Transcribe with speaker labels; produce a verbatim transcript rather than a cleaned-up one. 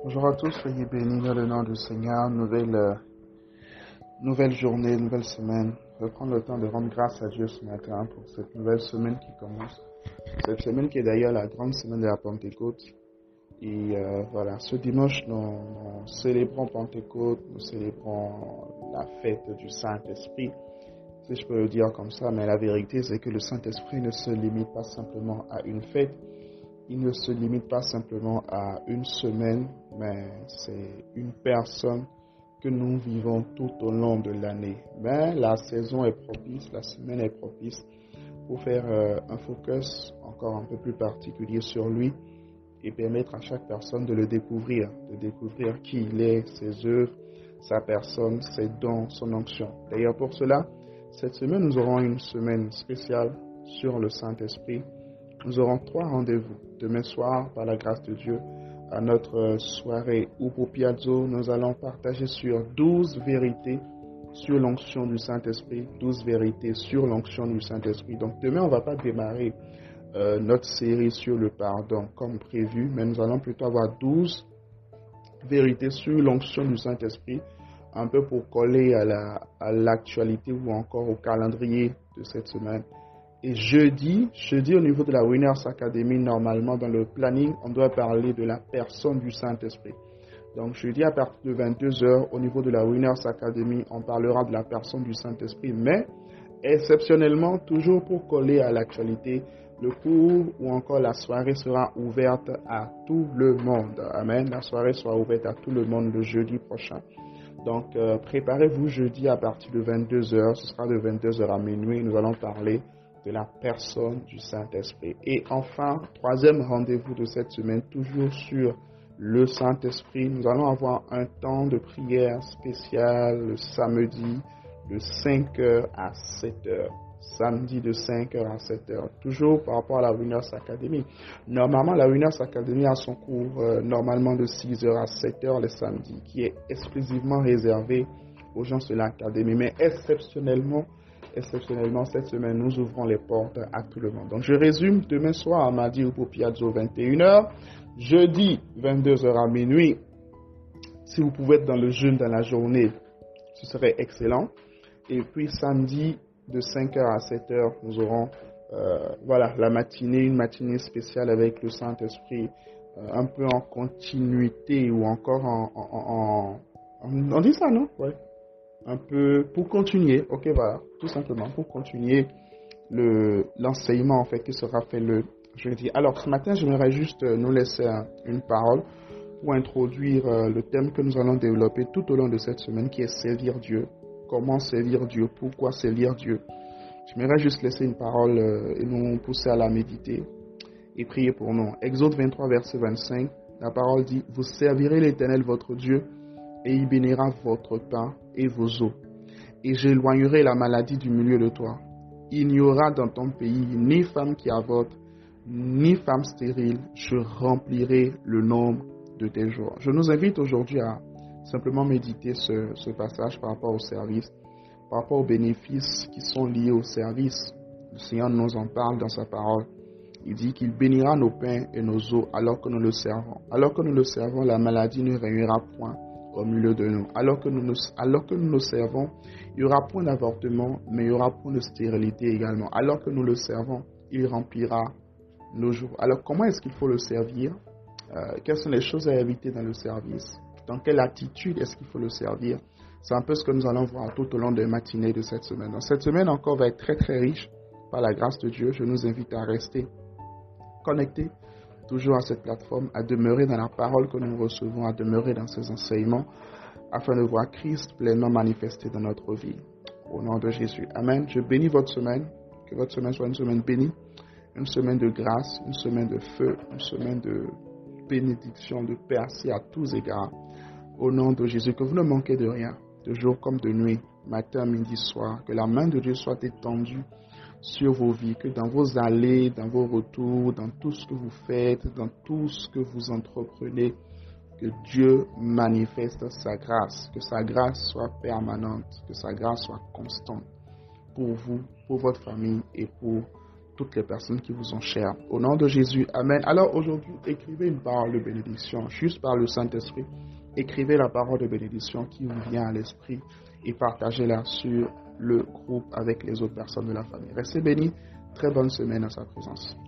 Speaker 1: Bonjour à tous, soyez bénis dans le nom du Seigneur. Nouvelle, euh, nouvelle journée, nouvelle semaine. Je vais prendre le temps de rendre grâce à Dieu ce matin pour cette nouvelle semaine qui commence. Cette semaine qui est d'ailleurs la grande semaine de la Pentecôte. Et euh, voilà, ce dimanche, nous, nous célébrons Pentecôte, nous célébrons la fête du Saint-Esprit, si je peux le dire comme ça. Mais la vérité, c'est que le Saint-Esprit ne se limite pas simplement à une fête. Il ne se limite pas simplement à une semaine, mais c'est une personne que nous vivons tout au long de l'année. Mais la saison est propice, la semaine est propice pour faire euh, un focus encore un peu plus particulier sur lui et permettre à chaque personne de le découvrir, de découvrir qui il est, ses œuvres, sa personne, ses dons, son onction. D'ailleurs, pour cela, cette semaine, nous aurons une semaine spéciale sur le Saint-Esprit. Nous aurons trois rendez-vous. Demain soir, par la grâce de Dieu, à notre soirée Upo Piazzo, nous allons partager sur douze vérités sur l'onction du Saint-Esprit, douze vérités sur l'onction du Saint-Esprit. Donc demain, on ne va pas démarrer euh, notre série sur le pardon comme prévu, mais nous allons plutôt avoir douze vérités sur l'onction du Saint-Esprit, un peu pour coller à la, à l'actualité ou encore au calendrier de cette semaine. Et jeudi, jeudi au niveau de la Winners Academy, normalement dans le planning, on doit parler de la personne du Saint-Esprit. Donc jeudi à partir de vingt-deux heures, au niveau de la Winners Academy, on parlera de la personne du Saint-Esprit. Mais exceptionnellement, toujours pour coller à l'actualité, le cours ou encore la soirée sera ouverte à tout le monde. Amen. La soirée sera ouverte à tout le monde le jeudi prochain. Donc euh, préparez-vous jeudi à partir de vingt-deux heures. Ce sera de vingt-deux heures à minuit. Nous allons parler de la personne du Saint-Esprit. Et enfin, troisième rendez-vous de cette semaine, toujours sur le Saint-Esprit, nous allons avoir un temps de prière spécial le samedi de cinq heures à sept heures. Samedi de cinq heures à sept heures. Toujours par rapport à la Winners Academy. Normalement, la Winners Academy a son cours euh, normalement de six heures à sept heures les samedis, qui est exclusivement réservé aux gens de l'académie. Mais exceptionnellement, Exceptionnellement, cette semaine, nous ouvrons les portes à tout le monde. Donc, je résume. Demain soir, à mardi, Upo Piazzo, vingt et une heures. Jeudi, vingt-deux heures à minuit. Si vous pouvez être dans le jeûne dans la journée, ce serait excellent. Et puis, samedi, de cinq heures à sept heures, nous aurons euh, voilà, la matinée, une matinée spéciale avec le Saint-Esprit, euh, un peu en continuité ou encore en... en, en, en on dit ça, non? Ouais. Un peu pour continuer, ok, voilà, tout simplement pour continuer le, l'enseignement en fait qui sera fait le jeudi. Alors ce matin, j'aimerais juste nous laisser un, une parole pour introduire euh, le thème que nous allons développer tout au long de cette semaine qui est servir Dieu. Comment servir Dieu? Pourquoi servir Dieu? J'aimerais juste laisser une parole euh, et nous pousser à la méditer et prier pour nous. Exode vingt-trois, verset vingt-cinq, la parole dit: vous servirez l'Éternel votre Dieu et il bénira votre pain et vos eaux. Et j'éloignerai la maladie du milieu de toi. Il n'y aura dans ton pays ni femme qui avorte, ni femme stérile. Je remplirai le nombre de tes jours. Je nous invite aujourd'hui à simplement méditer ce, ce passage par rapport au service, par rapport aux bénéfices qui sont liés au service. Le Seigneur nous en parle dans sa parole. Il dit qu'il bénira nos pains et nos eaux alors que nous le servons. Alors que nous le servons, la maladie ne régnera point au milieu de nous. Alors que nous nous, alors que nous nous servons, il n'y aura point d'avortement, mais il y aura point de stérilité également. Alors que nous le servons, il remplira nos jours. Alors comment est-ce qu'il faut le servir? euh, Quelles sont les choses à éviter dans le service? Dans quelle attitude est-ce qu'il faut le servir? C'est un peu ce que nous allons voir tout au long des matinées de cette semaine. Donc cette semaine encore va être très très riche par la grâce de Dieu. Je nous invite à rester connectés toujours à cette plateforme, à demeurer dans la parole que nous recevons, à demeurer dans ces enseignements, afin de voir Christ pleinement manifesté dans notre vie. Au nom de Jésus. Amen. Je bénis votre semaine. Que votre semaine soit une semaine bénie, une semaine de grâce, une semaine de feu, une semaine de bénédiction, de percée à tous égards. Au nom de Jésus, que vous ne manquez de rien, de jour comme de nuit, matin, midi, soir. Que la main de Dieu soit étendue sur vos vies, que dans vos allées, dans vos retours, dans tout ce que vous faites, dans tout ce que vous entreprenez, que Dieu manifeste sa grâce, que sa grâce soit permanente, que sa grâce soit constante pour vous, pour votre famille et pour toutes les personnes qui vous sont chères. Au nom de Jésus, Amen. Alors aujourd'hui, écrivez une parole de bénédiction, juste par le Saint-Esprit. Écrivez la parole de bénédiction qui vous vient à l'esprit et partagez-la sur le groupe avec les autres personnes de la famille. Restez bénis. Très bonne semaine à sa présence.